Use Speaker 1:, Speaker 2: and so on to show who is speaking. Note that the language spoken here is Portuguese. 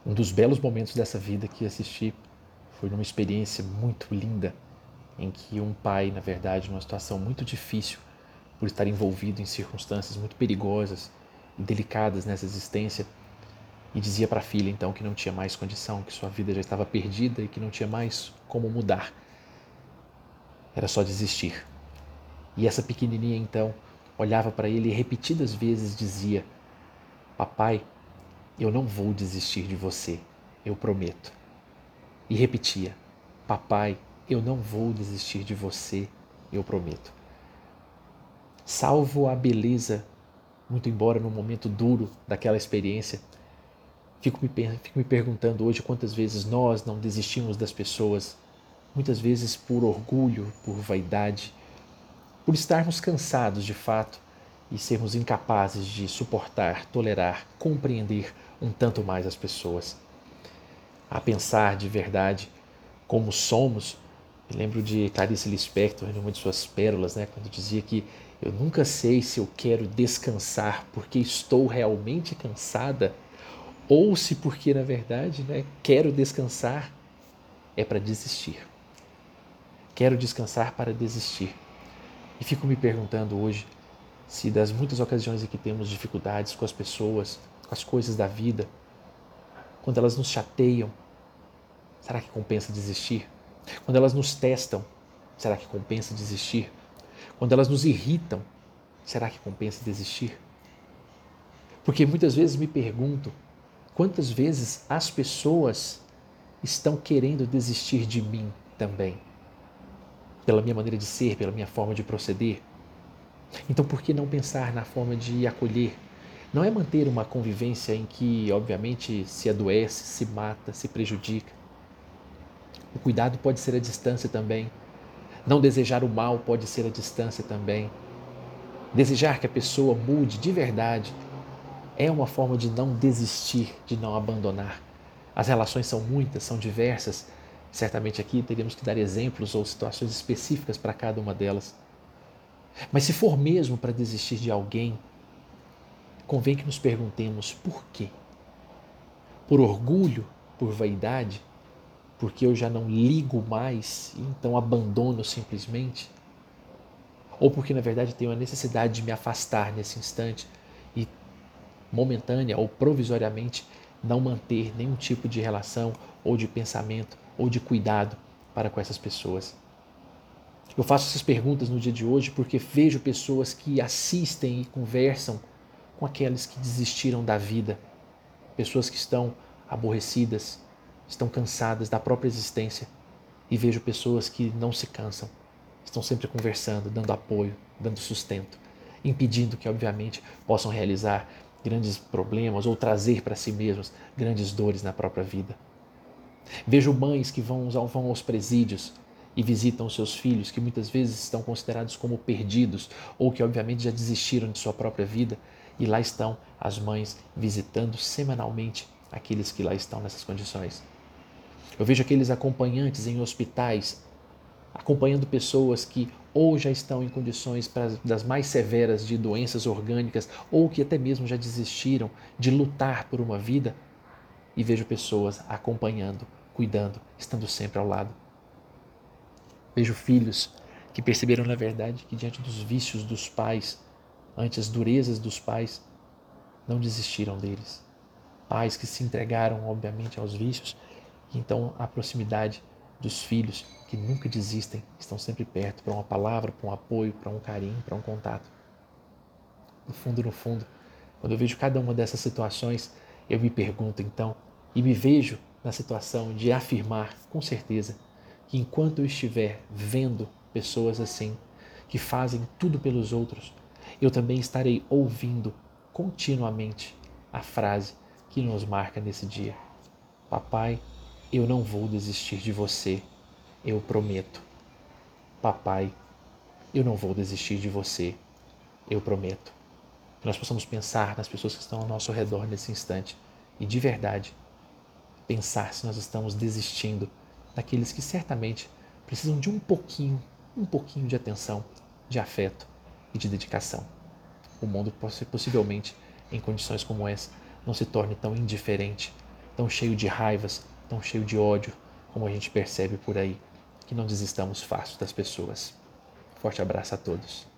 Speaker 1: Um dos belos momentos dessa vida que assisti foi numa experiência muito linda, em que um pai, na verdade, numa situação muito difícil, por estar envolvido em circunstâncias muito perigosas e delicadas nessa existência, e dizia para a filha então que não tinha mais condição, que sua vida já estava perdida e que não tinha mais como mudar. Era só desistir. E essa pequenininha então olhava para ele e repetidas vezes dizia: Papai, eu não vou desistir de você, eu prometo. E repetia: Papai, eu não vou desistir de você, eu prometo. Salvo a beleza, muito embora no momento duro daquela experiência, fico me perguntando hoje quantas vezes nós não desistimos das pessoas, muitas vezes por orgulho, por vaidade, por estarmos cansados de fato e sermos incapazes de suportar, tolerar, compreender um tanto mais as pessoas. A pensar de verdade como somos, me lembro de Clarice Lispector, em uma de suas pérolas, quando dizia que eu nunca sei se eu quero descansar porque estou realmente cansada ou se porque, na verdade, quero descansar é para desistir. Quero descansar para desistir. E fico me perguntando hoje se das muitas ocasiões em que temos dificuldades com as pessoas, com as coisas da vida, quando elas nos chateiam, será que compensa desistir? Quando elas nos testam, será que compensa desistir? Quando elas nos irritam, será que compensa desistir? Porque muitas vezes me pergunto quantas vezes as pessoas estão querendo desistir de mim também, pela minha maneira de ser, pela minha forma de proceder. Então, por que não pensar na forma de acolher? Não é manter uma convivência em que, obviamente, se adoece, se mata, se prejudica. O cuidado pode ser a distância também. Não desejar o mal pode ser a distância também. Desejar que a pessoa mude de verdade é uma forma de não desistir, de não abandonar. As relações são muitas, são diversas. Certamente aqui teríamos que dar exemplos ou situações específicas para cada uma delas. Mas se for mesmo para desistir de alguém, convém que nos perguntemos por quê? Por orgulho? Por vaidade? Porque eu já não ligo mais e então abandono simplesmente? Ou porque na verdade tenho a necessidade de me afastar nesse instante e momentânea ou provisoriamente não manter nenhum tipo de relação ou de pensamento ou de cuidado para com essas pessoas? Eu faço essas perguntas no dia de hoje porque vejo pessoas que assistem e conversam com aqueles que desistiram da vida, pessoas que estão aborrecidas, estão cansadas da própria existência, e vejo pessoas que não se cansam, estão sempre conversando, dando apoio, dando sustento, impedindo que, obviamente, possam realizar grandes problemas ou trazer para si mesmos grandes dores na própria vida. Vejo mães que vão aos presídios e visitam os seus filhos, que muitas vezes estão considerados como perdidos ou que obviamente já desistiram de sua própria vida, e lá estão as mães visitando semanalmente aqueles que lá estão nessas condições. Eu vejo aqueles acompanhantes em hospitais, acompanhando pessoas que ou já estão em condições das mais severas de doenças orgânicas ou que até mesmo já desistiram de lutar por uma vida, e vejo pessoas acompanhando, cuidando, estando sempre ao lado. Vejo filhos que perceberam, na verdade, que diante dos vícios dos pais, ante as durezas dos pais, não desistiram deles. Pais que se entregaram, obviamente, aos vícios, e então a proximidade dos filhos que nunca desistem, estão sempre perto para uma palavra, para um apoio, para um carinho, para um contato. No fundo, quando eu vejo cada uma dessas situações, eu me pergunto então, e me vejo na situação de afirmar com certeza que enquanto eu estiver vendo pessoas assim, que fazem tudo pelos outros, eu também estarei ouvindo continuamente a frase que nos marca nesse dia: Papai, eu não vou desistir de você, eu prometo. Papai, eu não vou desistir de você, eu prometo. Que nós possamos pensar nas pessoas que estão ao nosso redor nesse instante e, de verdade, pensar se nós estamos desistindo daqueles que certamente precisam de um pouquinho de atenção, de afeto e de dedicação. O mundo possivelmente, em condições como essa, não se torne tão indiferente, tão cheio de raivas, tão cheio de ódio, como a gente percebe por aí, que não desistamos fácil das pessoas. Forte abraço a todos.